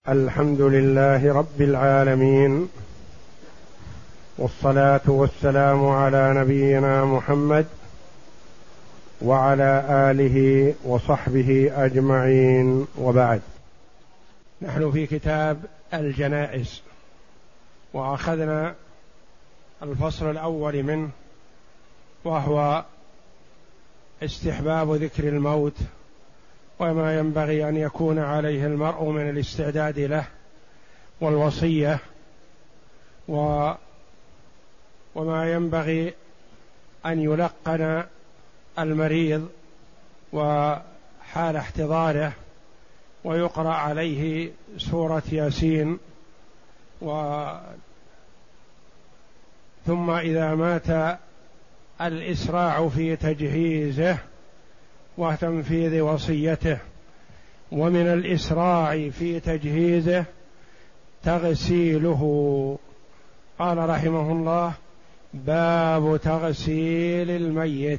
الحمد لله رب العالمين، والصلاة والسلام على نبينا محمد وعلى آله وصحبه أجمعين، وبعد. نحن في كتاب الجنائز، وأخذنا الفصل الأول منه، وهو استحباب ذكر الموت وما ينبغي أن يكون عليه المرء من الاستعداد له، والوصية وما ينبغي أن يلقن المريض وحال احتضاره، ويقرأ عليه سورة ياسين. ثم إذا مات الإسراع في تجهيزه وتنفيذ وصيته. ومن الإسراع في تجهيزه تغسيله. قال رحمه الله: باب تغسيل الميت.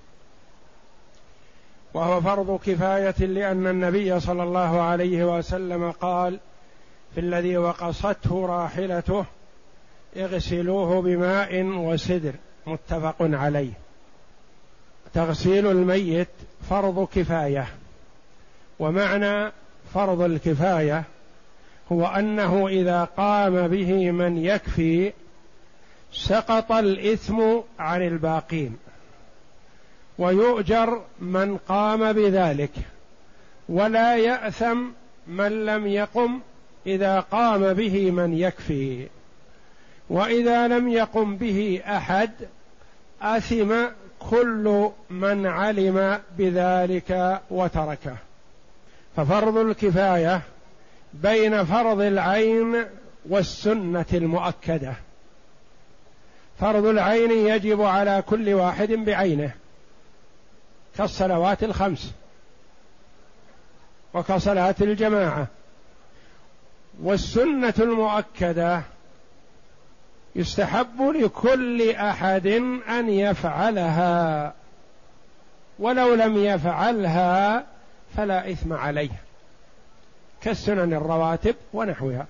وهو فرض كفاية، لأن النبي صلى الله عليه وسلم قال في الذي وقصته راحلته: اغسلوه بماء وسدر، متفق عليه. تغسيل الميت فرض كفاية، ومعنى فرض الكفاية هو أنه إذا قام به من يكفي سقط الإثم عن الباقين، ويؤجر من قام بذلك، ولا يأثم من لم يقم إذا قام به من يكفي. وإذا لم يقم به أحد أثم كل من علم بذلك وتركه. ففرض الكفاية بين فرض العين والسنة المؤكدة. فرض العين يجب على كل واحد بعينه، كالصلوات الخمس وكصلاة الجماعة. والسنة المؤكدة يستحب لكل أحد أن يفعلها، ولو لم يفعلها فلا إثم عليه، كالسنن الرواتب ونحوها.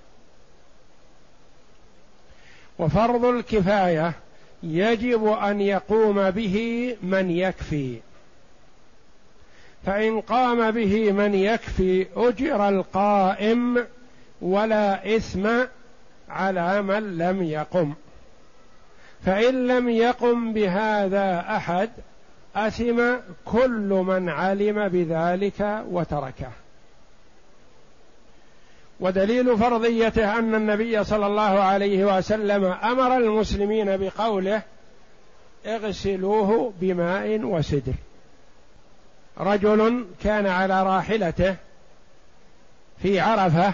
وفرض الكفاية يجب أن يقوم به من يكفي، فإن قام به من يكفي أجر القائم ولا إثم على من لم يقم. فإن لم يقم بهذا أحد أثم كل من علم بذلك وتركه. ودليل فرضيته أن النبي صلى الله عليه وسلم أمر المسلمين بقوله: اغسلوه بماء وسدر. رجل كان على راحلته في عرفة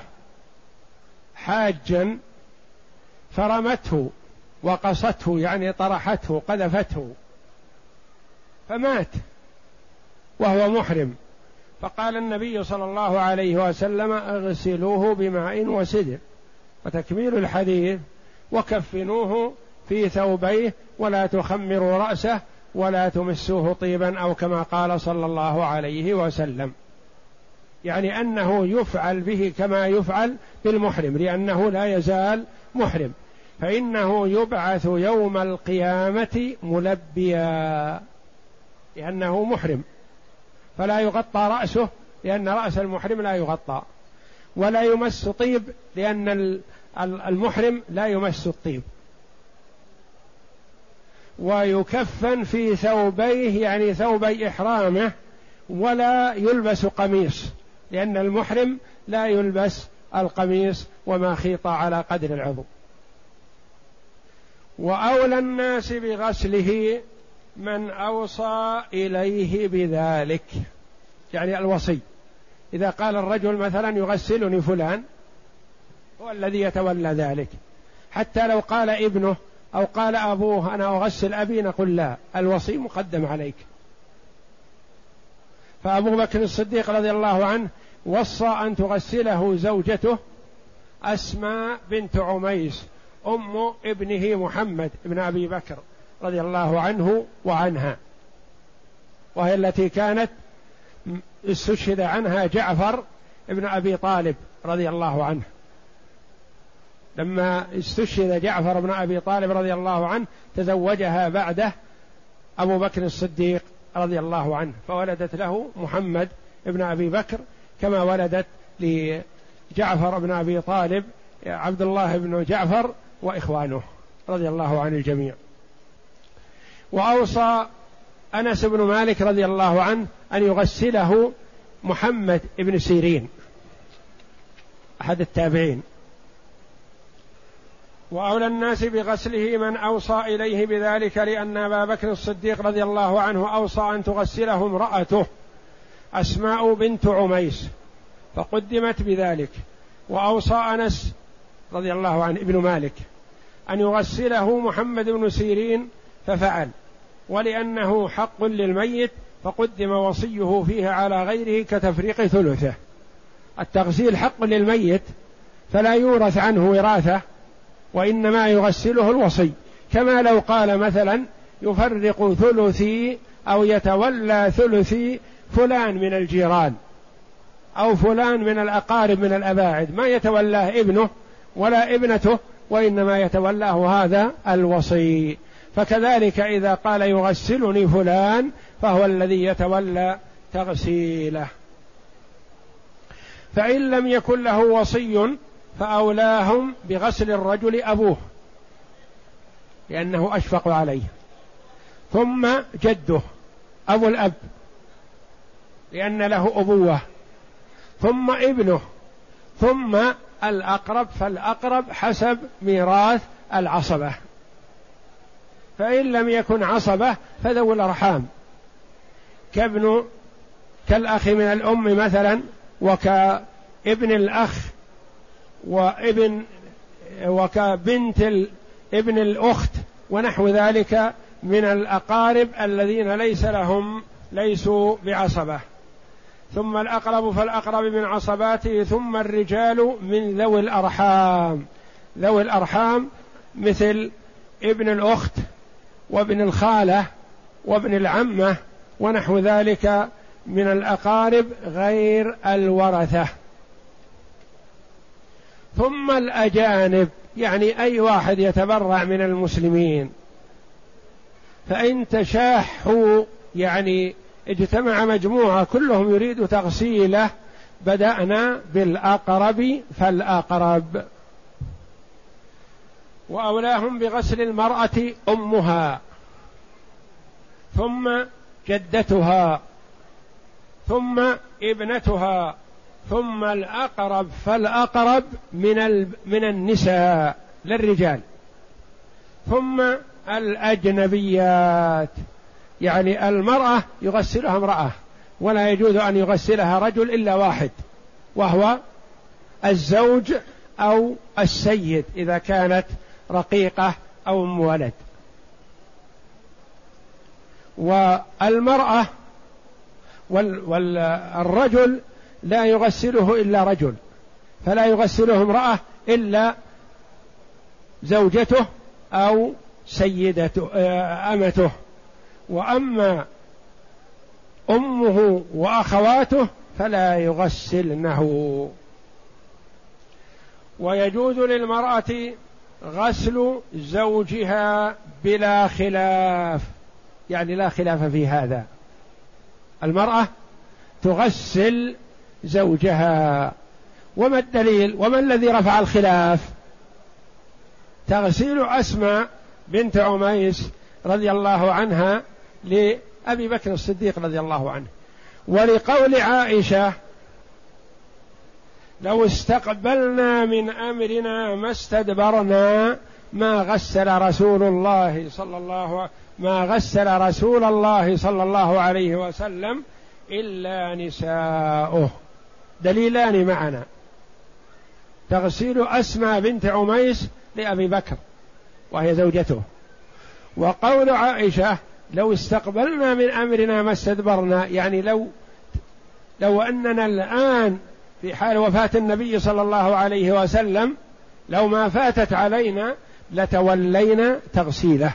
حاجا، فرمته وقصته، يعني طرحته قذفته، فمات وهو محرم. فقال النبي صلى الله عليه وسلم: اغسلوه بماء وسدر. وتكميل الحديث: وكفنوه في ثوبيه ولا تخمروا رأسه ولا تمسوه طيبا، أو كما قال صلى الله عليه وسلم. يعني أنه يفعل به كما يفعل بالمحرم، لأنه لا يزال محرم، فإنه يبعث يوم القيامة ملبيا، لأنه محرم، فلا يغطى رأسه، لأن رأس المحرم لا يغطى، ولا يمس طيب، لأن المحرم لا يمس الطيب. ويكفن في ثوبيه، يعني ثوبي إحرامه، ولا يلبس قميص، لأن المحرم لا يلبس القميص وما خيط على قدر العضو. وأولى الناس بغسله من أوصى إليه بذلك، يعني الوصي. إذا قال الرجل مثلا: يغسلني فلان، هو الذي يتولى ذلك. حتى لو قال ابنه أو قال أبوه: أنا أغسل أبي، نقول لا، الوصي مقدم عليك. فأبو بكر الصديق رضي الله عنه وصى أن تغسله زوجته أسماء بنت عميس أم ابنه محمد بن أبي بكر رضي الله عنه وعنها، وهي التي كانت استشهد عنها جعفر ابن أبي طالب رضي الله عنه، لما استشهد جعفر بن أبي طالب رضي الله عنه تزوجها بعده أبو بكر الصديق رضي الله عنه، فولدت له محمد بن أبي بكر، كما ولدت لجعفر بن أبي طالب عبد الله بن جعفر وإخوانه رضي الله عن الجميع. وأوصى أنس بن مالك رضي الله عنه أن يغسله محمد بن سيرين أحد التابعين. وأولى الناس بغسله من أوصى إليه بذلك، لأن أبا بكر الصديق رضي الله عنه أوصى أن تغسله امرأته أسماء بنت عميس فقدمت بذلك، وأوصى أنس رضي الله عنه ابن مالك أن يغسله محمد بن سيرين ففعل، ولأنه حق للميت فقدم وصيه فيه على غيره كتفريق ثلثه. التغسيل حق للميت فلا يورث عنه وراثة، وإنما يغسله الوصي، كما لو قال مثلا يفرق ثلثي أو يتولى ثلثي فلان من الجيران أو فلان من الأقارب من الأباعد، ما يتولاه ابنه ولا ابنته، وإنما يتولاه هذا الوصي. فكذلك إذا قال يغسلني فلان فهو الذي يتولى تغسيله. فإن لم يكن له وصي فأولاهم بغسل الرجل أبوه لأنه أشفق عليه، ثم جده أبو الأب لأن له أبوة، ثم ابنه، ثم الأقرب فالأقرب حسب ميراث العصبة. فإن لم يكن عصبة فذو الأرحام كالأخ من الأم مثلا، وكابن الأخ وكبنت ابن الأخت ونحو ذلك من الأقارب الذين ليسوا بعصبة. ثم الأقرب فالأقرب من عصباته، ثم الرجال من ذوي الأرحام. ذوي الأرحام مثل ابن الأخت وابن الخالة وابن العمة ونحو ذلك من الأقارب غير الورثة. ثم الأجانب، يعني أي واحد يتبرع من المسلمين، فإن تشاحوا يعني اجتمع مجموعة كلهم يريد تغسيله بدأنا بالأقرب فالأقرب. وأولاهم بغسل المرأة أمها، ثم جدتها، ثم ابنتها، ثم الأقرب فالأقرب من النساء للرجال، ثم الأجنبيات، يعني المرأة يغسلها امرأة ولا يجوز أن يغسلها رجل إلا واحد، وهو الزوج أو السيد إذا كانت رقيقة أو أم ولد. والمرأة والرجل لا يغسله إلا رجل، فلا يغسله امرأة إلا زوجته أو سيدته أمته. وأما أمه وأخواته فلا يغسلنه. ويجوز للمرأة غسل زوجها بلا خلاف، يعني لا خلاف في هذا، المرأة تغسل زوجها. وما الدليل وما الذي رفع الخلاف؟ تغسيل أسماء بنت عميس رضي الله عنها لأبي بكر الصديق رضي الله عنه، ولقول عائشة لو استقبلنا من أمرنا ما استدبرنا ما غسل رسول الله صلى الله عليه وسلم إلا نساؤه. دليلان معنا: تغسيل أسماء بنت عميس لأبي بكر وهي زوجته، وقول عائشة لو استقبلنا من أمرنا ما استدبرنا، يعني لو أننا الآن في حال وفاة النبي صلى الله عليه وسلم لو ما فاتت علينا لتولينا تغسيله.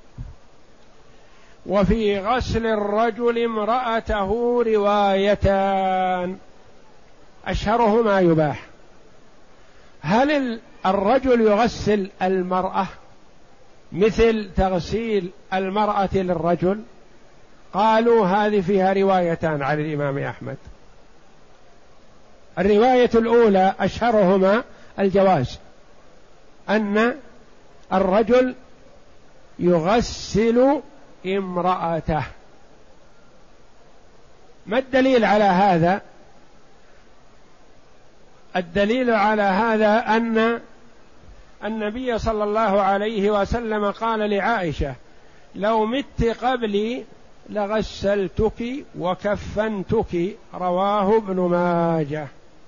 وفي غسل الرجل امرأته روايتان، أشهرهما يباح هل الرجل يغسل المرأة مثل تغسيل المرأة للرجل؟ قالوا هذه فيها روايتان عن الإمام أحمد. الرواية الأولى أشهرهما الجواز، أن الرجل يغسل امرأته. ما الدليل على هذا؟ الدليل على هذا أن النبي صلى الله عليه وسلم قال لعائشة: لو مت قبلي لغسلتك وكفنتك، رواه ابن ماجه.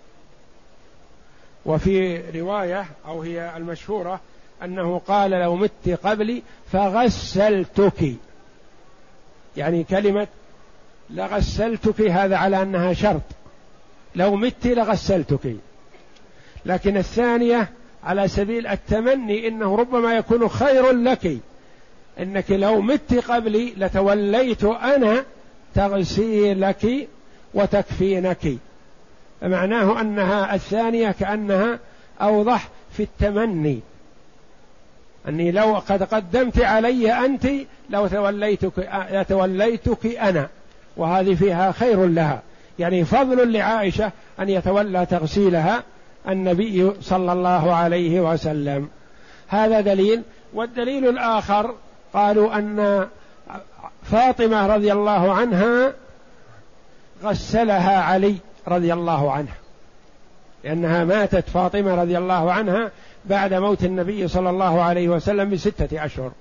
وفي رواية أو هي المشهورة أنه قال: لو مت قبلي فغسلتك، يعني كلمة لغسلتك هذا على أنها شرط، لو مت لغسلتك. لكن الثانية على سبيل التمني، إنه ربما يكون خير لك، إنك لو مت قبلي لتوليت أنا تغسيلك وتكفينك. فمعناه أنها الثانية كأنها أوضح في التمني، أني لو قد قدمت علي أنت لو توليتك أنا، وهذه فيها خير لها، يعني فضل لعائشة أن يتولى تغسيلها النبي صلى الله عليه وسلم. هذا دليل. والدليل الآخر قالوا أن فاطمة رضي الله عنها غسلها علي رضي الله عنه، لأنها ماتت فاطمة رضي الله عنها بعد موت النبي صلى الله عليه وسلم ب6 أشهر،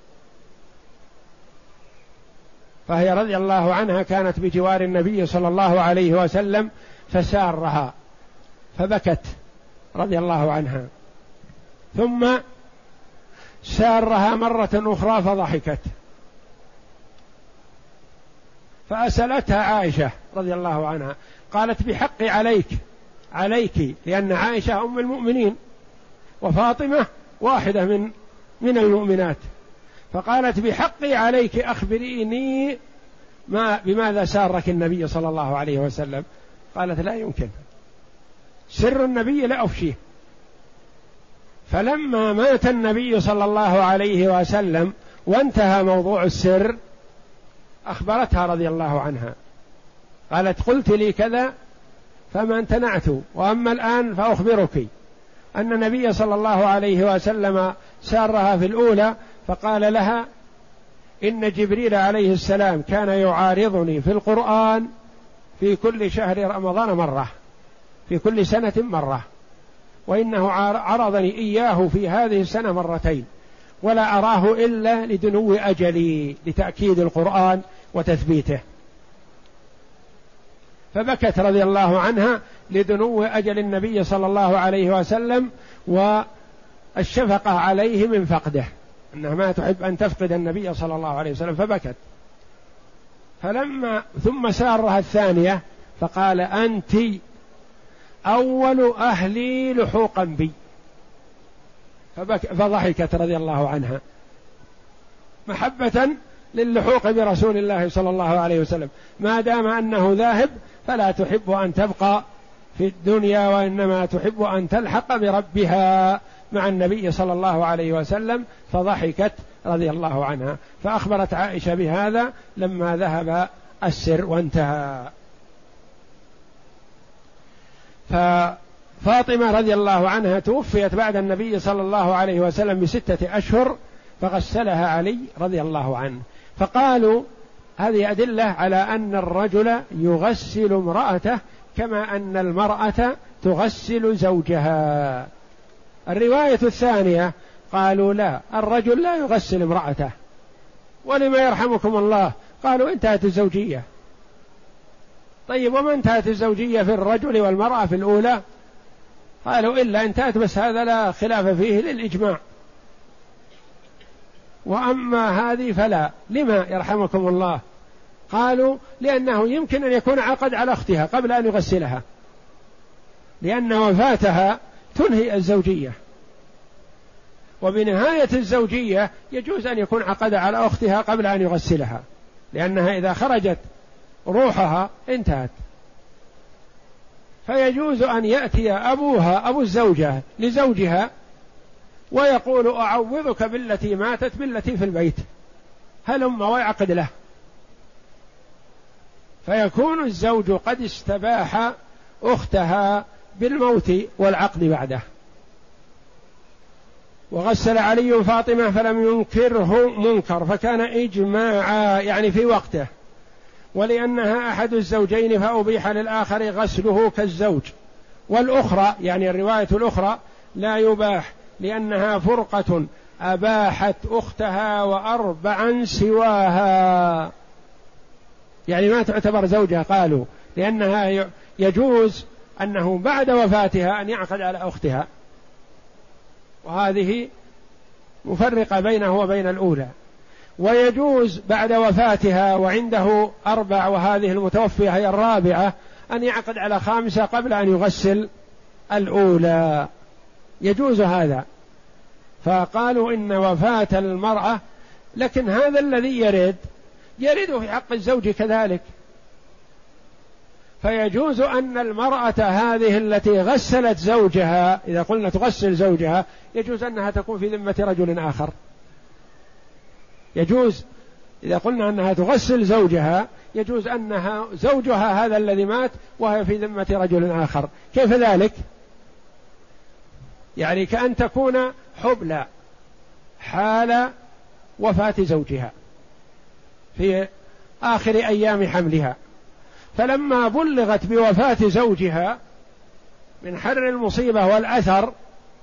فهي رضي الله عنها كانت بجوار النبي صلى الله عليه وسلم فسارها فبكت رضي الله عنها، ثم سارها مرة أخرى فضحكت، فأسألتها عائشة رضي الله عنها قالت: بحق عليك، لأن عائشة أم المؤمنين وفاطمة واحدة من المؤمنات، فقالت: بحقي عليك أخبريني بماذا سارك النبي صلى الله عليه وسلم. قالت: لا يمكن، سر النبي لا أفشيه. فلما مات النبي صلى الله عليه وسلم وانتهى موضوع السر أخبرتها رضي الله عنها، قالت: قلت لي كذا فما امتنعت، وأما الآن فأخبرك أن النبي صلى الله عليه وسلم سارها في الأولى فقال لها: إن جبريل عليه السلام كان يعارضني في القرآن في كل شهر رمضان مرة، في كل سنة مرة، وإنه عرضني إياه في هذه السنة مرتين، ولا أراه إلا لدنو أجلي، لتأكيد القرآن وتثبيته. فبكت رضي الله عنها لدنو أجل النبي صلى الله عليه وسلم والشفقة عليه من فقده، أنها ما تحب أن تفقد النبي صلى الله عليه وسلم، فبكت. ثم سارها الثانية فقال: أنت أول أهلي لحوقا بي، فضحكت رضي الله عنها محبة للحوق برسول الله صلى الله عليه وسلم، ما دام أنه ذاهب فلا تحب أن تبقى في الدنيا، وإنما تحب أن تلحق بربها مع النبي صلى الله عليه وسلم، فضحكت رضي الله عنها. فأخبرت عائشة بهذا لما ذهب السر وانتهى. ففاطمة رضي الله عنها توفيت بعد النبي صلى الله عليه وسلم ب6 أشهر، فغسلها علي رضي الله عنه. فقالوا هذه أدلة على أن الرجل يغسل امرأته كما أن المرأة تغسل زوجها. الرواية الثانية قالوا: لا، الرجل لا يغسل امرأته. ولما يرحمكم الله؟ قالوا: انتهت الزوجية. طيب، وما انتهت الزوجية في الرجل والمرأة في الأولى؟ قالوا: إلا انتهت، بس هذا لا خلاف فيه للإجماع، وأما هذه فلا. لما يرحمكم الله؟ قالوا: لأنه يمكن أن يكون عقد على أختها قبل أن يغسلها، لأن وفاتها تنهي الزوجية، وبنهاية الزوجية يجوز أن يكون عقد على أختها قبل أن يغسلها، لأنها إذا خرجت روحها انتهت. فيجوز أن يأتي أبوها أبو الزوجة لزوجها ويقول أعوضك بالتي ماتت بالتي في البيت هلم ويعقد له، فيكون الزوج قد استباح أختها بالموت والعقد بعده. وغسل علي فاطمة فلم ينكره منكر فكان إجماعا يعني في وقته، ولأنها أحد الزوجين فأبيح للآخر غسله كالزوج. والأخرى يعني الرواية الأخرى لا يباح لأنها فرقة أباحت أختها وأربعا سواها، يعني ما تعتبر زوجها قالوا، لأنها يجوز أنه بعد وفاتها أن يعقد على أختها، وهذه مفرقة بينه وبين الأولى. ويجوز بعد وفاتها وعنده 4 وهذه المتوفية هي الرابعة أن يعقد على 5 قبل أن يغسل الأولى، يجوز هذا. فقالوا إن وفاة المرأة، لكن هذا الذي يرد في حق الزوج كذلك، فيجوز أن المرأة هذه التي غسلت زوجها، إذا قلنا تغسل زوجها، يجوز أنها تكون في ذمة رجل آخر. يجوز إذا قلنا أنها تغسل زوجها يجوز أنها زوجها هذا الذي مات وهي في ذمة رجل آخر. كيف ذلك؟ يعني كأن تكون حبلى حال وفاة زوجها في آخر أيام حملها، فلما بلغت بوفاة زوجها من حر المصيبة والأثر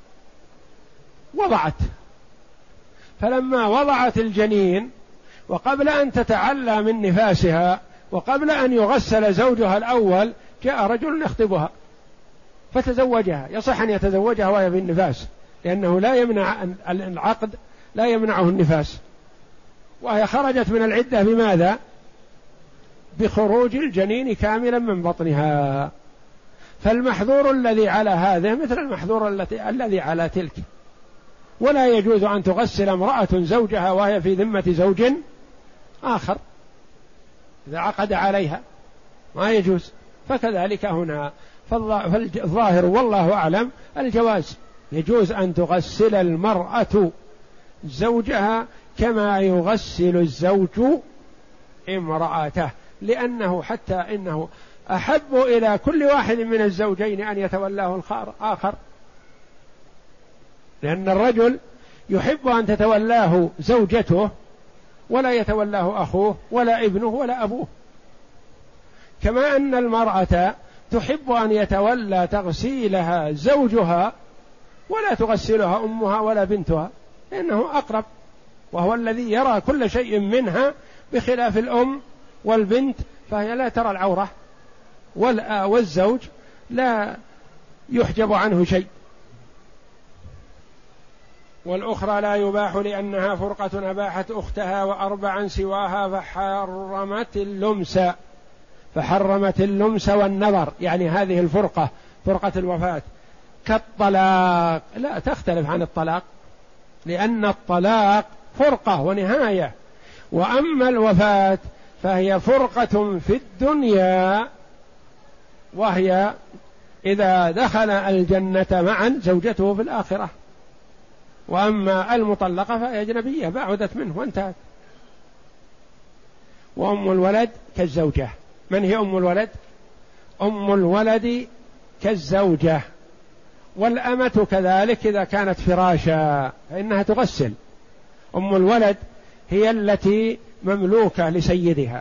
وضعت، فلما وضعت الجنين وقبل أن تتعلى من نفاسها وقبل أن يغسل زوجها الأول جاء رجل يخطبها فتزوجها. يصح أن يتزوجها وهي في النفاس، لأنه لا يمنع العقد، لا يمنعه النفاس، وهي خرجت من العدة بماذا؟ بخروج الجنين كاملا من بطنها. فالمحظور الذي على هذا مثل المحظور الذي على تلك، ولا يجوز أن تغسل امرأة زوجها وهي في ذمة زوج آخر إذا عقد عليها، ما يجوز. فكذلك هنا، فالظاهر والله أعلم الجواز، يجوز أن تغسل المرأة زوجها كما يغسل الزوج امرأته، لأنه حتى إنه أحب إلى كل واحد من الزوجين أن يتولاه الآخر، لأن الرجل يحب أن تتولاه زوجته ولا يتولاه أخوه ولا ابنه ولا أبوه، كما أن المرأة تحب أن يتولى تغسيلها زوجها ولا تغسلها أمها ولا بنتها، لأنه أقرب وهو الذي يرى كل شيء منها، بخلاف الأم والبنت فهي لا ترى العورة، والزوج لا يحجب عنه شيء. والأخرى لا يباح لأنها فرقة أباحت أختها وأربعا سواها فحرمت اللمس والنظر، يعني هذه الفرقة فرقة الوفاة كالطلاق، لا تختلف عن الطلاق، لأن الطلاق فرقة ونهاية، وأما الوفاة فهي فرقة في الدنيا، وهي إذا دخل الجنة معا زوجته في الآخرة، وأما المطلقة فهي أجنبية بعدت منه وانتهت. وأم الولد كالزوجة. من هي أم الولد؟ أم الولد كالزوجة. والأمة كذلك إذا كانت فراشا فإنها تغسل. أم الولد هي التي مملوكة لسيدها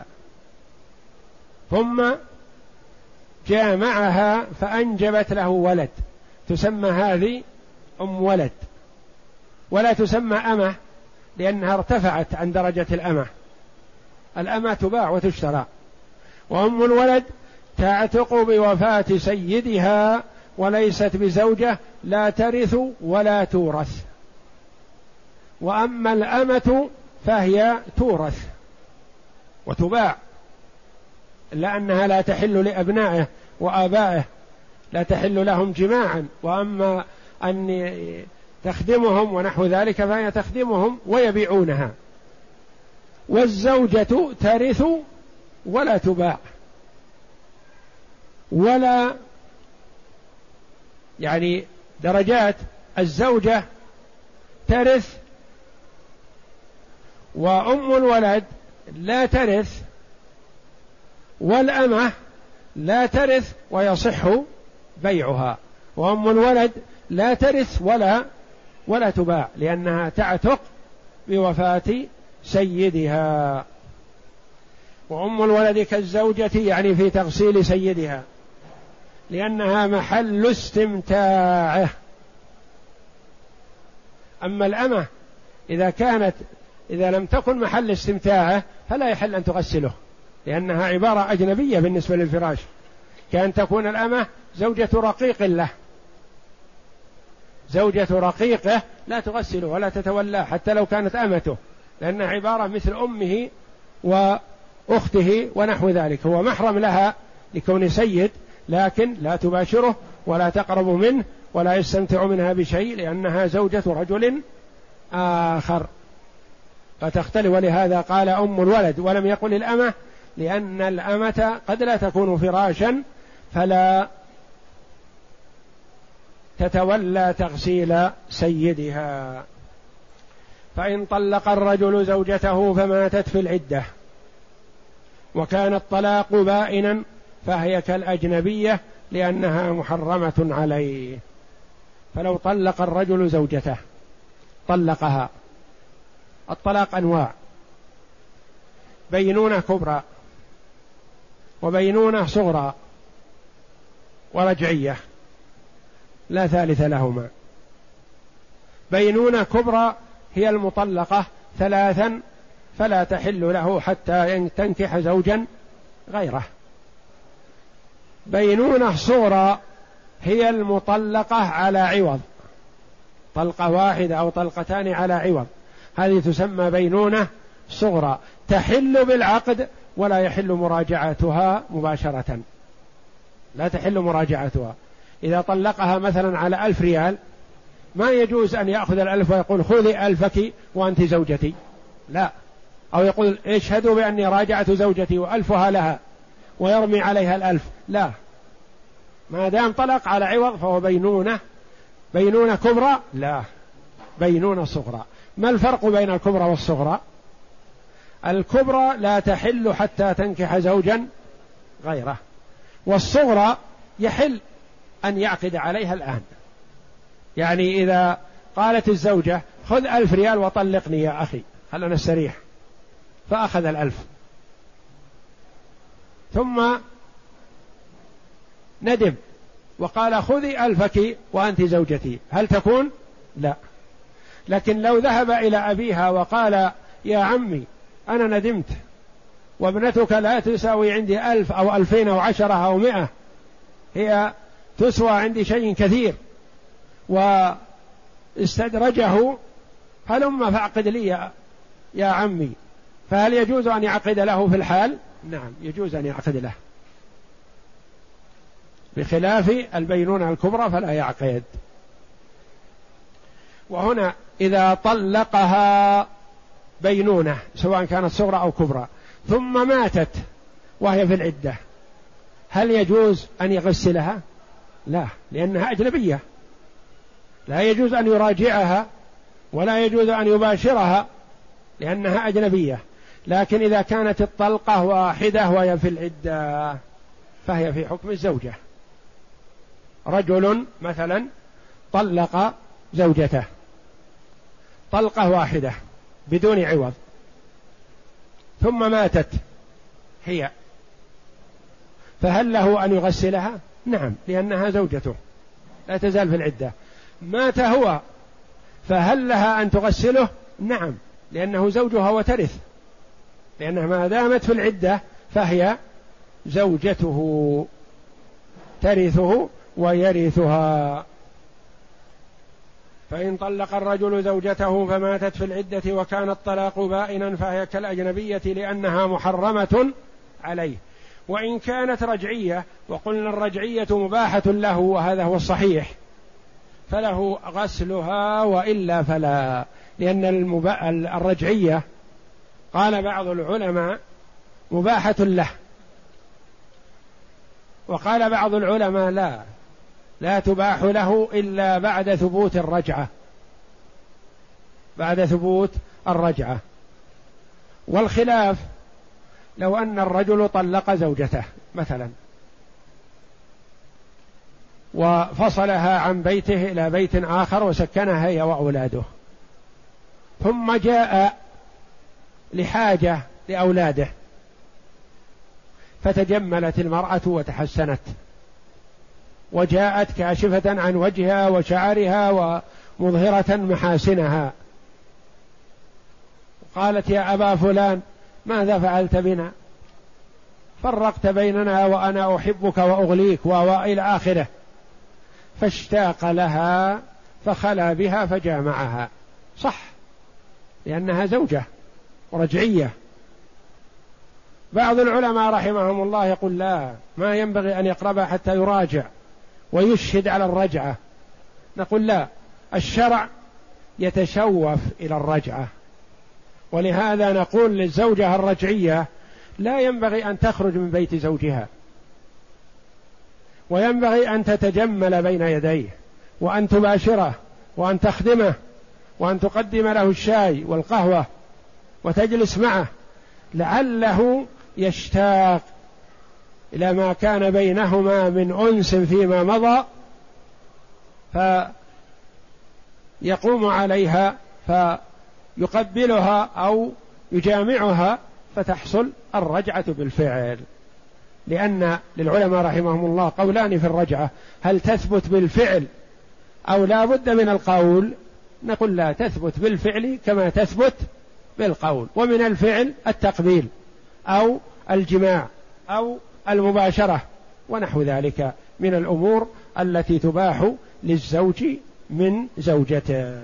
ثم جامعها فأنجبت له ولد، تسمى هذه أم ولد، ولا تسمى أمة لأنها ارتفعت عن درجة الأمة تباع وتشترى. وأم الولد تعتق بوفاة سيدها وليست بزوجة، لا ترث ولا تورث. وأما الأمة فهي تورث وتباع، لأنها لا تحل لأبنائه وآبائه، لا تحل لهم جماعا، وأما أن تخدمهم ونحو ذلك فهي تخدمهم ويبيعونها. والزوجة ترث ولا تباع ولا يعني درجات. الزوجة ترث وأم الولد لا ترث، والأمة لا ترث ويصح بيعها، وأم الولد لا ترث ولا تباع لأنها تعتق بوفاة سيدها. وأم الولد كالزوجة يعني في تغسيل سيدها لأنها محل استمتاعه. أما الأمة إذا لم تكن محل استمتاعه فلا يحل أن تغسله لأنها عبارة أجنبية بالنسبة للفراش، كأن تكون الأمة زوجة رقيق له، زوجة رقيقه لا تغسله ولا تتولاه حتى لو كانت أمته، لأنها عبارة مثل أمه وأخته ونحو ذلك، هو محرم لها لكون سيد، لكن لا تباشره ولا تقرب منه ولا يستمتع منها بشيء لأنها زوجة رجل آخر فتختلف. ولهذا قال أم الولد ولم يقل الأمة، لأن الأمة قد لا تكون فراشا فلا تتولى تغسيل سيدها. فإن طلق الرجل زوجته فماتت في العدة وكان الطلاق بائنا فهي كالأجنبية لأنها محرمة عليه. فلو طلق الرجل زوجته طلقها، الطلاق أنواع: بينونة كبرى وبينونة صغرى ورجعية لا ثالث لهما. بينونة كبرى هي المطلقة ثلاثا فلا تحل له حتى تنكح زوجا غيره. بينونة صغرى هي المطلقة على عوض، طلقة واحدة أو طلقتان على عوض، هذه تسمى بينونة صغرى، تحل بالعقد ولا يحل مراجعتها مباشرة، لا تحل مراجعتها. إذا طلقها مثلا على 1000 ريال ما يجوز أن يأخذ 1000 ويقول خذي 1000 وأنت زوجتي، لا، أو يقول اشهدوا بأني راجعت زوجتي وألفها لها ويرمي عليها 1000، لا، ما دام طلق على عوض فهو بينونة كبرى، لا، بينونة صغرى. ما الفرق بين الكبرى والصغرى؟ الكبرى لا تحل حتى تنكح زوجا غيره، والصغرى يحل أن يعقد عليها الآن. يعني إذا قالت الزوجة خذ 1000 ريال وطلقني يا أخي خلنا نستريح، فأخذ 1000 ثم ندم وقال خذي 1000 وأنت زوجتي، هل تكون؟ لا. لكن لو ذهب إلى أبيها وقال يا عمي أنا ندمت وابنتك لا تساوي عندي 1000 أو 2000 أو 10 أو 100، هي تسوى عندي شيء كثير، واستدرجه هلم فاعقد لي يا عمي، فهل يجوز أن يعقد له في الحال؟ نعم يجوز أن يعقد له، بخلاف البينونة الكبرى فلا يعقد. وهنا إذا طلقها بينونة سواء كانت صغرى أو كبرى ثم ماتت وهي في العدة، هل يجوز أن يغسلها؟ لا، لأنها أجنبية، لا يجوز أن يراجعها ولا يجوز أن يباشرها لأنها أجنبية. لكن إذا كانت الطلقة واحدة وهي في العدة فهي في حكم الزوجة. رجل مثلا طلق زوجته طلقة واحدة بدون عوض ثم ماتت هي، فهل له أن يغسلها؟ نعم، لأنها زوجته لا تزال في العدة. مات هو فهل لها أن تغسله؟ نعم، لأنه زوجها وترث، لأنها ما دامت في العدة فهي زوجته ترثه ويرثها. فإن طلق الرجل زوجته فماتت في العدة وكان الطلاق بائنا فهي كالأجنبية لأنها محرمة عليه. وإن كانت رجعية، وقلنا الرجعية مباحة له وهذا هو الصحيح، فله غسلها وإلا فلا، لأن الرجعية قال بعض العلماء مباحة له، وقال بعض العلماء لا، لا تباح له إلا بعد ثبوت الرجعة، بعد ثبوت الرجعة. والخلاف لو أن الرجل طلق زوجته مثلا وفصلها عن بيته إلى بيت آخر وسكنها هي وأولاده، ثم جاء لحاجة لأولاده فتجملت المرأة وتحسنت وجاءت كاشفة عن وجهها وشعرها ومظهرة محاسنها، قالت يا أبا فلان ماذا فعلت بنا؟ فرقت بيننا وأنا أحبك وأغليك وإلى آخره، فاشتاق لها فخلى بها فجامعها، صح، لأنها زوجة رجعية. بعض العلماء رحمهم الله يقول لا، ما ينبغي أن يقربها حتى يراجع ويشهد على الرجعة. نقول لا، الشرع يتشوف إلى الرجعة، ولهذا نقول للزوجة الرجعية لا ينبغي أن تخرج من بيت زوجها، وينبغي أن تتجمل بين يديه وأن تباشره وأن تخدمه وأن تقدم له الشاي والقهوة وتجلس معه لعله يشتاق إلى ما كان بينهما من أنس فيما مضى، فيقوم عليها فيقبلها أو يجامعها فتحصل الرجعة بالفعل. لأن للعلماء رحمهم الله قولان في الرجعة، هل تثبت بالفعل أو لا بد من القول؟ نقول لا، تثبت بالفعل كما تثبت بالقول، ومن الفعل التقبيل أو الجماع أو المباشرة ونحو ذلك من الأمور التي تباح للزوج من زوجته.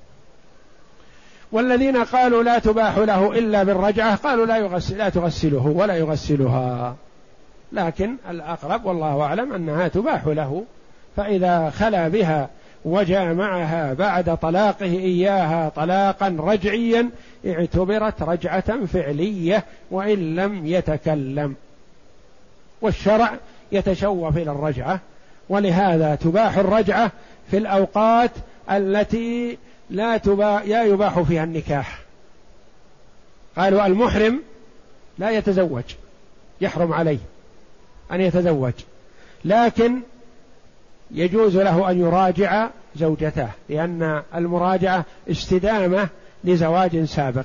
والذين قالوا لا تباح له إلا بالرجعة قالوا لا تغسله ولا يغسلها، لكن الأقرب والله أعلم أنها تباح له، فإذا خلا بها وجامعها بعد طلاقه إياها طلاقا رجعيا اعتبرت رجعة فعلية وإن لم يتكلم، والشرع يتشوف إلى الرجعة، ولهذا تباح الرجعة في الأوقات التي لا يباح فيها النكاح. قالوا المحرم لا يتزوج، يحرم عليه أن يتزوج، لكن يجوز له أن يراجع زوجته، لأن المراجعة استدامة لزواج سابق.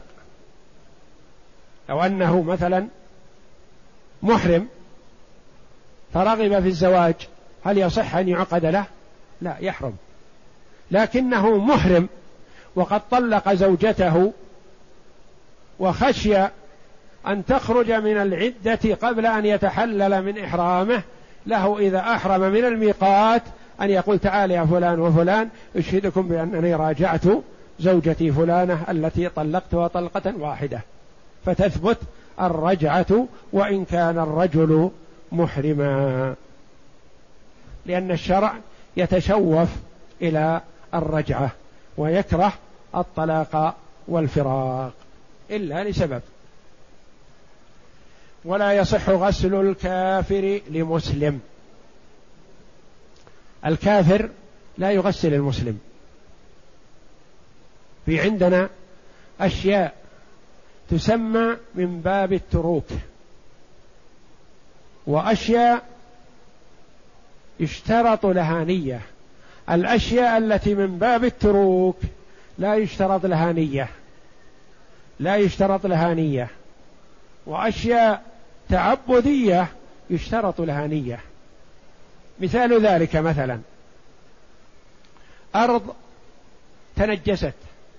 لو أنه مثلا محرم فرغب في الزواج هل يصح أن يعقد له؟ لا، يحرم. لكنه محرم وقد طلق زوجته وخشي أن تخرج من العدة قبل أن يتحلل من إحرامه، له إذا أحرم من الميقات أن يقول تعال يا فلان وفلان أشهدكم بأنني راجعت زوجتي فلانة التي طلقتها طلقة واحدة، فتثبت الرجعة وإن كان الرجل محرما، لأن الشرع يتشوف إلى الرجعة ويكره الطلاق والفراق إلا لسبب. ولا يصح غسل الكافر لمسلم، الكافر لا يغسل المسلم. في عندنا أشياء تسمى من باب التروك، وأشياء يشترط لها نية. الأشياء التي من باب التروك لا يشترط لها نية، لا يشترط لها نية، وأشياء تعبدية يشترط لها نية. مثال ذلك مثلا أرض تنجست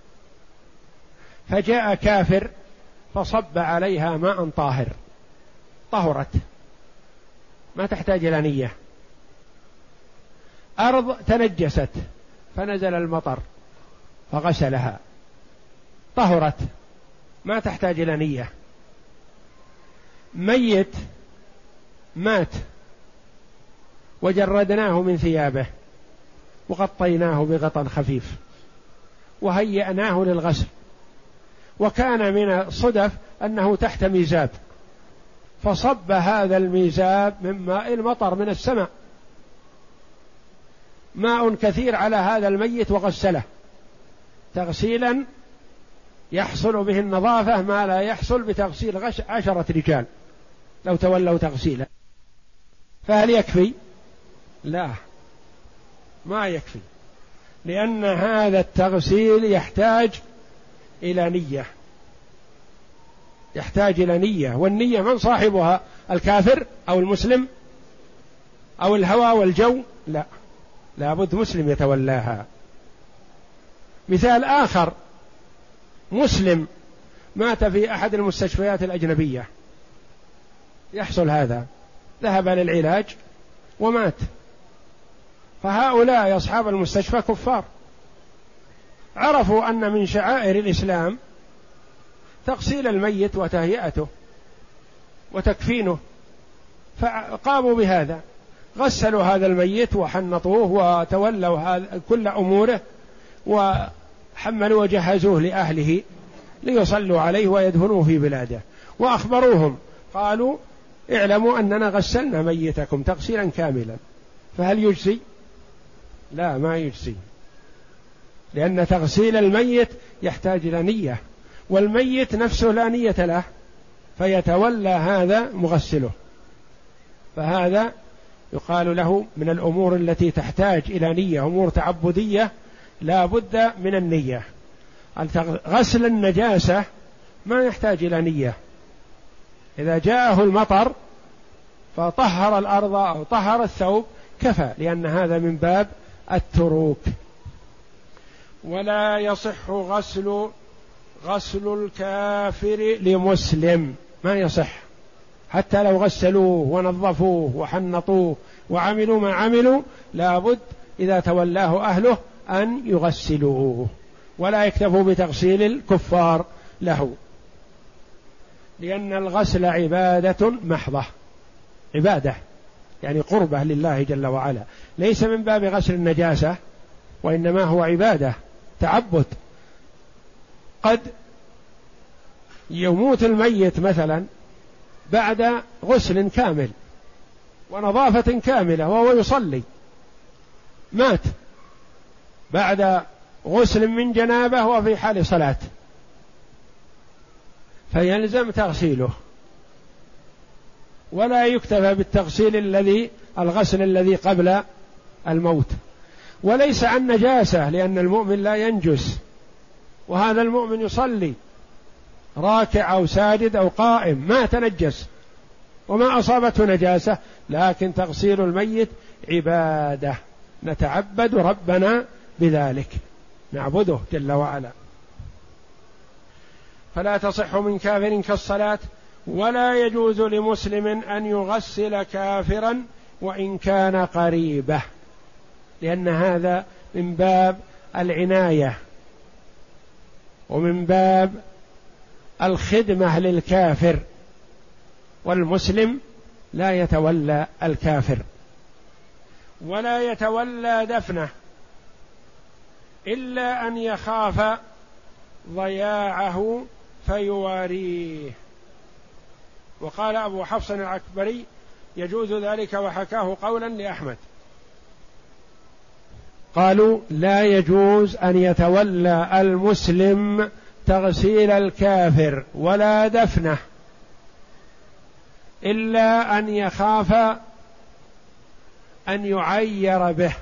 فجاء كافر فصب عليها ماء طاهر طهرت، ما تحتاج إلى نية. أرض تنجست فنزل المطر فغسلها طهرت، ما تحتاج إلى نية. ميت مات وجردناه من ثيابه وغطيناه بغطاء خفيف وهيأناه للغسل، وكان من الصدف أنه تحت ميزاب فصب هذا الميزاب من ماء المطر من السماء، ماء كثير على هذا الميت وغسله تغسيلا يحصل به النظافة ما لا يحصل بتغسيل 10 رجال لو تولوا تغسيله، فهل يكفي؟ لا، ما يكفي، لأن هذا التغسيل يحتاج إلى نية، يحتاج إلى نية، والنية من صاحبها؟ الكافر أو المسلم أو الهوى والجو؟ لا، لابد مسلم يتولاها. مثال آخر، مسلم مات في أحد المستشفيات الأجنبية، يحصل هذا، ذهب للعلاج ومات، فهؤلاء أصحاب المستشفى كفار، عرفوا أن من شعائر الإسلام تغسيل الميت وتهيئته وتكفينه، فقاموا بهذا، غسلوا هذا الميت وحنطوه وتولوا كل أموره وحملوا وجهزوه لأهله ليصلوا عليه ويدفنوه في بلاده، وأخبروهم قالوا اعلموا أننا غسلنا ميتكم تغسيلا كاملا، فهل يجزي؟ لا، ما يجزي، لأن تغسيل الميت يحتاج إلى نية، والميت نفسه لا نية له، فيتولى هذا مغسله، فهذا يقال له من الأمور التي تحتاج إلى نية، أمور تعبدية لا بد من النية. غسل النجاسة ما يحتاج إلى نية، إذا جاءه المطر فطهر الأرض أو طهر الثوب كفى، لأن هذا من باب التروك. ولا يصح غسل الكافر لمسلم، ما يصح، حتى لو غسلوه ونظفوه وحنطوه وعملوا ما عملوا، لابد إذا تولاه أهله أن يغسلوه، ولا يكتفوا بتغسيل الكفار له، لأن الغسل عبادة محضة، عبادة يعني قربة لله جل وعلا، ليس من باب غسل النجاسة، وإنما هو عبادة تعبد. قد يموت الميت مثلا بعد غسل كامل ونظافة كاملة وهو يصلي، مات بعد غسل من جنابه وفي حال صلاة، فيلزم تغسيله، ولا يكتفى بالتغسيل الغسل الذي قبل الموت، وليس عن نجاسة، لأن المؤمن لا ينجس، وهذا المؤمن يصلي راكع أو ساجد أو قائم ما تنجس وما أصابته نجاسة، لكن تغسيل الميت عبادة نتعبد ربنا بذلك، نعبده جل وعلا. فلا تصح من كافر كالصلاة، ولا يجوز لمسلم أن يغسل كافرا وإن كان قريبه، لأن هذا من باب العناية ومن باب الخدمة للكافر، والمسلم لا يتولى الكافر، ولا يتولى دفنه إلا أن يخاف ضياعه فيواريه. وقال أبو حفص العكبري يجوز ذلك، وحكاه قولا لأحمد، قالوا لا يجوز أن يتولى المسلم تغسيل الكافر ولا دفنه إلا أن يخاف أن يعير به.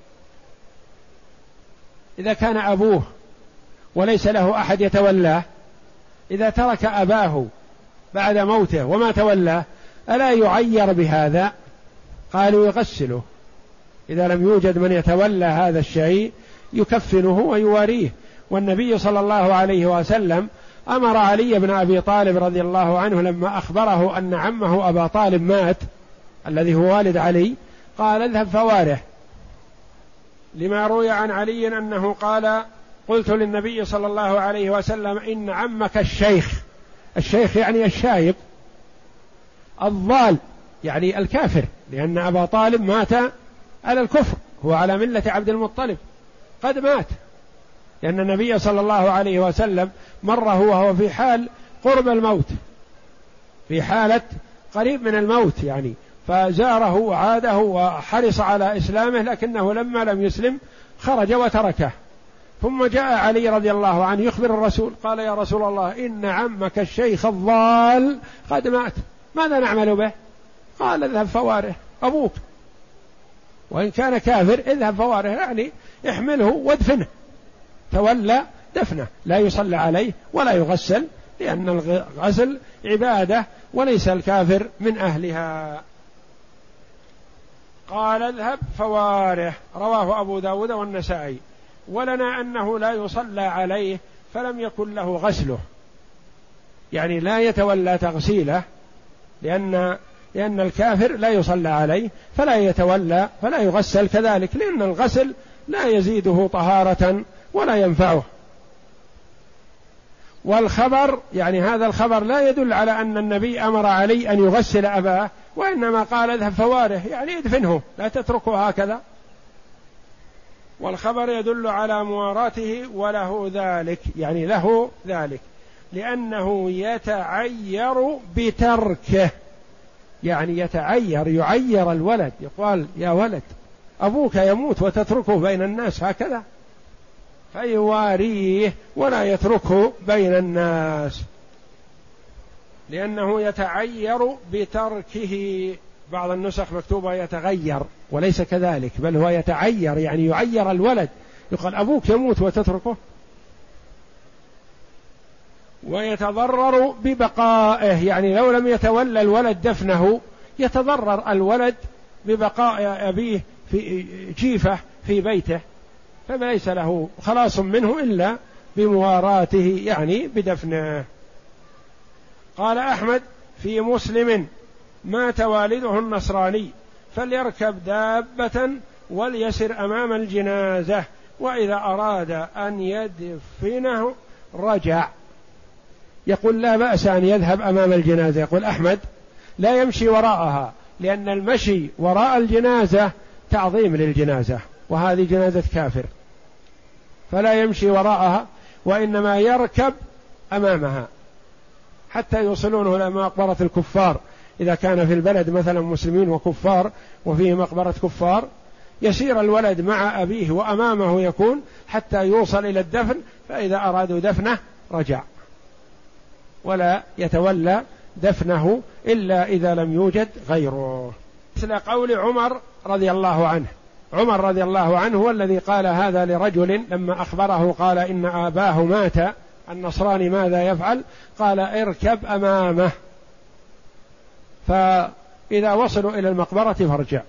إذا كان أبوه وليس له أحد يتولاه، إذا ترك أباه بعد موته وما تولاه ألا يعير بهذا؟ قالوا يغسله، إذا لم يوجد من يتولى هذا الشيء يكفنه ويواريه. والنبي صلى الله عليه وسلم أمر علي بن أبي طالب رضي الله عنه لما أخبره أن عمه أبا طالب مات الذي هو والد علي، قال اذهب فواره، لما روي عن علي أنه قال قلت للنبي صلى الله عليه وسلم إن عمك الشيخ يعني الشايب، الضال يعني الكافر، لأن أبا طالب مات على الكفر، هو على ملة عبد المطلب قد مات، لأن النبي صلى الله عليه وسلم مره وهو في حال قرب الموت، في حالة قريب من الموت يعني، فزاره وعاده وحرص على إسلامه، لكنه لما لم يسلم خرج وتركه. ثم جاء علي رضي الله عنه يخبر الرسول، قال يا رسول الله إن عمك الشيخ الضال قد مات، ماذا نعمل به؟ قال اذهب فواره، أبوك وإن كان كافر اذهب فواره، يعني احمله وادفنه، تولى دفنه، لا يصلى عليه ولا يغسل، لأن الغسل عبادة وليس الكافر من أهلها. قال اذهب فواره، رواه أبو داود والنسائي. ولنا أنه لا يصلى عليه فلم يكن له غسله، يعني لا يتولى تغسيله، لأن الكافر لا يصلى عليه فلا يتولى فلا يغسل كذلك، لأن الغسل لا يزيده طهارة ولا ينفعه. والخبر يعني هذا الخبر لا يدل على أن النبي أمر علي أن يغسل أباه، وإنما قال اذهب فواره، يعني ادفنه لا تتركه هكذا. والخبر يدل على مواراته وله ذلك، يعني له ذلك، لأنه يتعير بتركه، يعني يعير الولد، يقال يا ولد أبوك يموت وتتركه بين الناس هكذا، فيواريه ولا يتركه بين الناس، لأنه يتعير بتركه. بعض النسخ مكتوبة يتغير، وليس كذلك، بل هو يتعير، يعني يعير الولد، يقال أبوك يموت وتتركه. ويتضرر ببقائه، يعني لو لم يتولى الولد دفنه يتضرر الولد ببقاء أبيه في جيفة في بيته، فليس له خلاص منه إلا بمواراته، يعني بدفنه. قال أحمد في مسلم مات والده النصراني فليركب دابة وليسر أمام الجنازة، وإذا أراد أن يدفنه رجع. يقول لا بأس أن يذهب أمام الجنازة، يقول أحمد لا يمشي وراءها، لأن المشي وراء الجنازة تعظيم للجنازة، وهذه جنازة كافر، فلا يمشي وراءها، وإنما يركب أمامها حتى يوصلونه إلى مقبرة الكفار. إذا كان في البلد مثلا مسلمين وكفار وفيه مقبرة كفار، يسير الولد مع أبيه وأمامه يكون حتى يوصل إلى الدفن، فإذا أرادوا دفنه رجع، ولا يتولى دفنه إلا إذا لم يوجد غيره. مثل قول عمر رضي الله عنه، عمر رضي الله عنه هو الذي قال هذا لرجل لما أخبره، قال إن أباه مات النصراني ماذا يفعل؟ قال اركب أمامه، فإذا وصلوا إلى المقبرة فارجع.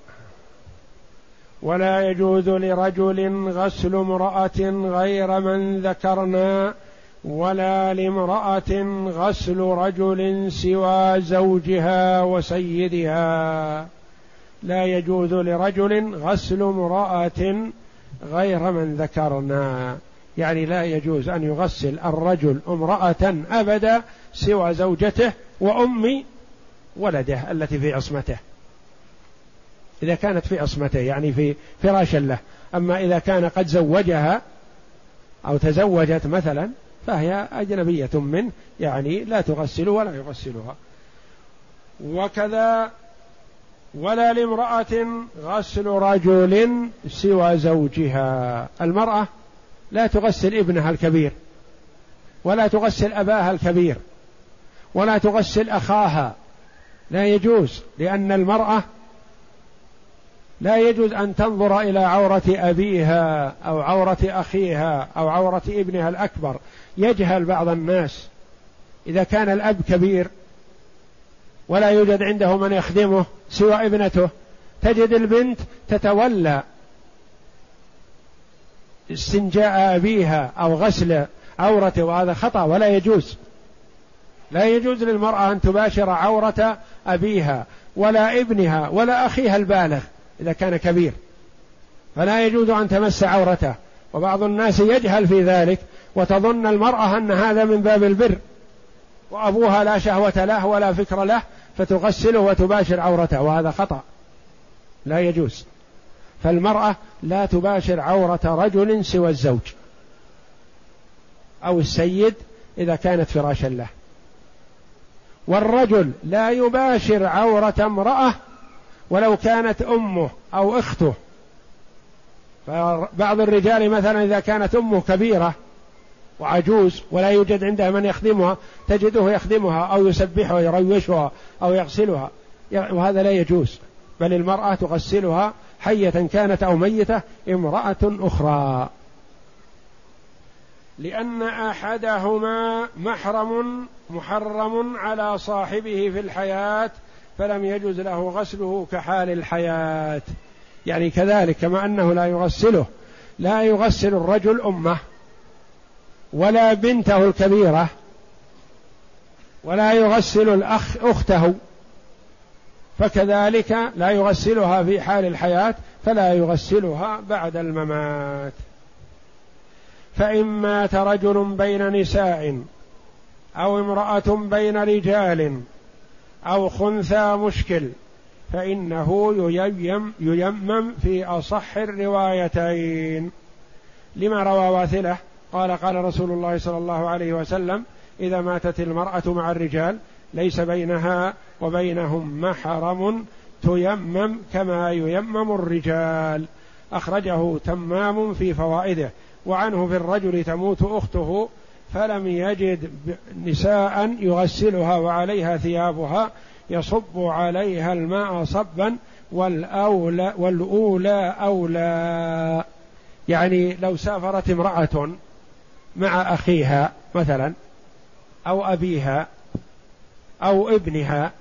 ولا يجوز لرجل غسل امرأة غير من ذكرنا، ولا لامرأة غسل رجل سوى زوجها وسيدها. لا يجوز لرجل غسل امرأة غير من ذكرنا، يعني لا يجوز أن يغسل الرجل امرأة أبدا سوى زوجته وأم ولده التي في عصمته، إذا كانت في عصمته يعني في فراش له. أما إذا كان قد زوجها أو تزوجت مثلا فهي أجنبية منه، يعني لا تغسل ولا يغسلها. وكذا ولا لامرأة غسل رجل سوى زوجها، المرأة لا تغسل ابنها الكبير، ولا تغسل أباها الكبير، ولا تغسل أخاها، لا يجوز، لأن المرأة لا يجوز أن تنظر إلى عورة أبيها أو عورة أخيها أو عورة ابنها الأكبر. يجهل بعض الناس إذا كان الأب كبير ولا يوجد عنده من يخدمه سوى ابنته، تجد البنت تتولى استنجاء أبيها أو غسل عورته، وهذا خطأ ولا يجوز. لا يجوز للمرأة أن تباشر عورة أبيها ولا ابنها ولا أخيها البالغ إذا كان كبير، فلا يجوز أن تمس عورته. وبعض الناس يجهل في ذلك وتظن المرأة أن هذا من باب البر، وأبوها لا شهوة له ولا فكر له فتغسله وتباشر عورته، وهذا خطأ لا يجوز. فالمرأة لا تباشر عورة رجل سوى الزوج أو السيد إذا كانت فراشا له. والرجل لا يباشر عورة امرأة ولو كانت أمه أو أخته، فبعض الرجال مثلا إذا كانت أمه كبيرة وعجوز ولا يوجد عندها من يخدمها تجده يخدمها أو يسبحها ويروشها أو يغسلها، وهذا لا يجوز، بل المرأة تغسلها حية كانت أو ميتة امرأة أخرى، لأن أحدهما محرم على صاحبه في الحياة فلم يجوز له غسله كحال الحياة. يعني كذلك كما أنه لا يغسل الرجل أمه ولا بنته الكبيرة ولا يغسل الأخ أخته، فكذلك لا يغسلها في حال الحياة فلا يغسلها بعد الممات. فإن مات رجل بين نساء أو امرأة بين رجال أو خنثى مشكل فإنه ييمم في أصح الروايتين، لما روى واثلة قال رسول الله صلى الله عليه وسلم: إذا ماتت المرأة مع الرجال ليس بينها وبينهم محرم تيمم كما ييمم الرجال. أخرجه تمام في فوائده. وعنه: في الرجل تموت أخته فلم يجد نساء يغسلها وعليها ثيابها يصب عليها الماء صبا والأولى أولى. يعني لو سافرت امرأة مع أخيها مثلا أو أبيها أو ابنها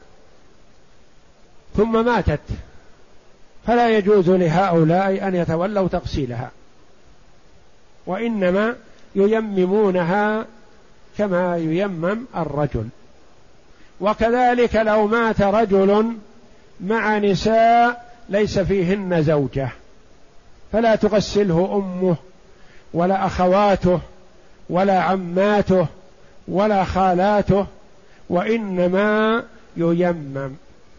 ثم ماتت، فلا يجوز لهؤلاء أن يتولوا تغسيلها، وإنما ييممونها كما ييمم الرجل. وكذلك لو مات رجل مع نساء ليس فيهن زوجة فلا تغسله أمه ولا أخواته ولا عماته ولا خالاته، وإنما ييمم.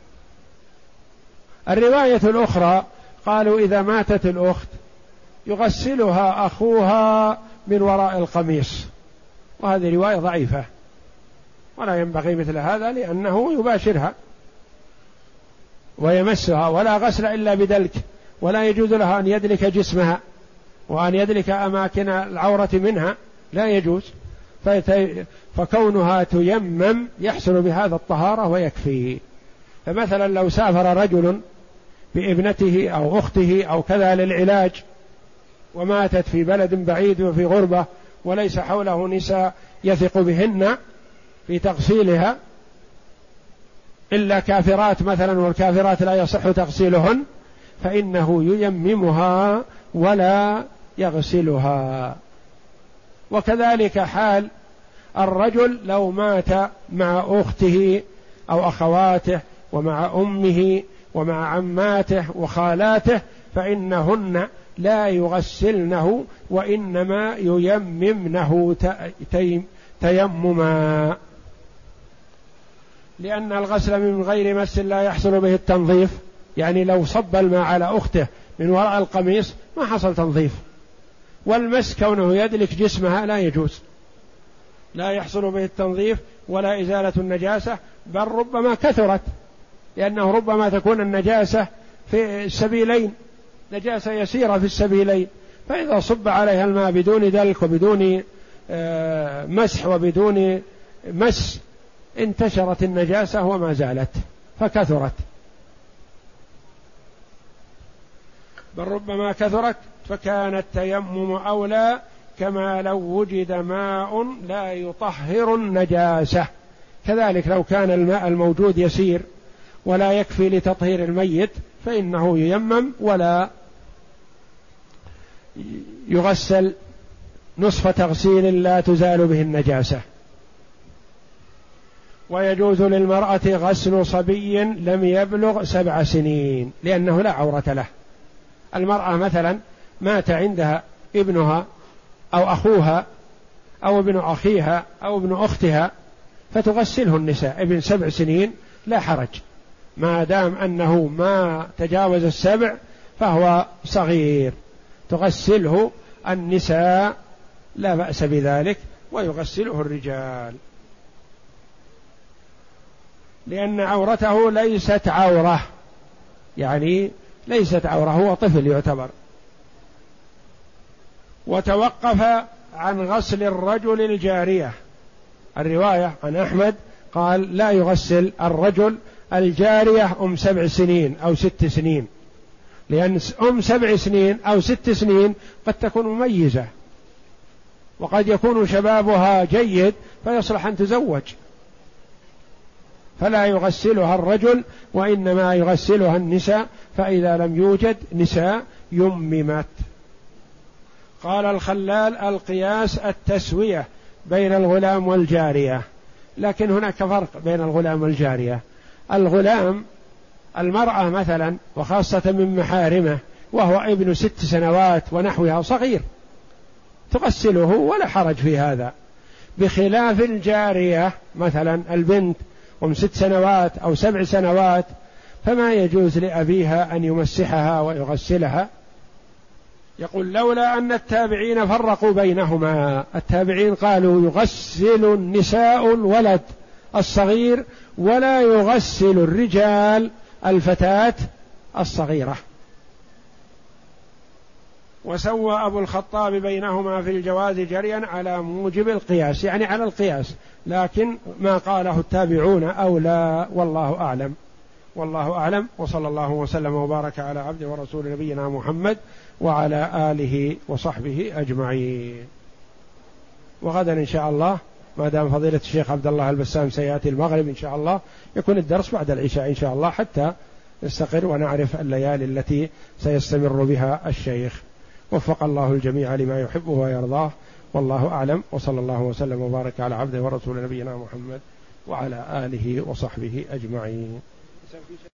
الرواية الأخرى قالوا: إذا ماتت الأخت يغسلها أخوها من وراء القميص، وهذه رواية ضعيفة ولا ينبغي مثل هذا، لأنه يباشرها ويمسها، ولا غسل إلا بدلك، ولا يجوز لها أن يدلك جسمها وأن يدلك أماكن العورة منها، لا يجوز. فكونها تيمم يحصل بهذا الطهارة ويكفي. فمثلا لو سافر رجل بابنته أو أخته أو كذا للعلاج وماتت في بلد بعيد وفي غربة وليس حوله نساء يثق بهن في تغسيلها إلا كافرات مثلا، والكافرات لا يصح تغسيلهن، فإنه ييممها ولا يغسلها. وكذلك حال الرجل لو مات مع أخته أو أخواته ومع أمه ومع عماته وخالاته فإنهن لا يغسلنه وإنما ييممنه تيمما، لأن الغسل من غير مس لا يحصل به التنظيف. يعني لو صب الماء على أخته من وراء القميص ما حصل تنظيف، والمس كونه يدلك جسمها لا يجوز، لا يحصل به التنظيف ولا إزالة النجاسة، بل ربما كثرت، لأنه ربما تكون النجاسة في السبيلين، نجاسة يسيرة في السبيلين، فإذا صب عليها الماء بدون دلك وبدون مسح وبدون مس انتشرت النجاسة وما زالت فكثرت، بل ربما كثرت، فكان التيمم أولى، كما لو وجد ماء لا يطهر النجاسة. كذلك لو كان الماء الموجود يسير ولا يكفي لتطهير الميت فإنه ييمم ولا يغسل نصف تغسيل لا تزال به النجاسة. ويجوز للمرأة غسل صبي لم يبلغ 7 سنين لأنه لا عورة له. المرأة مثلا مات عندها ابنها أو أخوها أو ابن أخيها أو ابن أختها فتغسله النساء. ابن 7 سنين لا حرج، ما دام أنه ما تجاوز 7 فهو صغير، تغسله النساء لا بأس بذلك، ويغسله الرجال، لأن عورته ليست عورة، يعني ليست عورة، هو طفل يعتبر. وتوقف عن غسل الرجل الجارية، الرواية عن أحمد قال لا يغسل الرجل الجارية 7 سنين أو 6 سنين، لأن 7 سنين أو 6 سنين قد تكون مميزة، وقد يكون شبابها جيد فيصلح أن تزوج، فلا يغسلها الرجل وإنما يغسلها النساء، فإذا لم يوجد نساء يممت. قال الخلال القياس التسوية بين الغلام والجارية، لكن هناك فرق بين الغلام والجارية. الغلام المرأة مثلا وخاصة من محارمه وهو ابن 6 سنوات ونحوها صغير تغسله ولا حرج في هذا، بخلاف الجارية مثلا البنت 6 سنوات أو 7 سنوات فما يجوز لأبيها أن يمسحها ويغسلها. يقول لولا أن التابعين فرقوا بينهما، التابعين قالوا يغسل النساء الولد الصغير ولا يغسل الرجال الفتاة الصغيرة. وسوى أبو الخطاب بينهما في الجواز جريا على موجب القياس، يعني على القياس، لكن ما قاله التابعون أولى، والله أعلم. والله أعلم، وصلى الله وسلم وبارك على عبده ورسول نبينا محمد وعلى آله وصحبه أجمعين. وغدا إن شاء الله ما دام فضيلة الشيخ عبد الله البسام سيأتي المغرب إن شاء الله يكون الدرس بعد العشاء إن شاء الله حتى نستقر ونعرف الليالي التي سيستمر بها الشيخ. وفق الله الجميع لما يحبه ويرضاه، والله أعلم، وصلى الله وسلم وبارك على عبده ورسول نبينا محمد وعلى آله وصحبه أجمعين.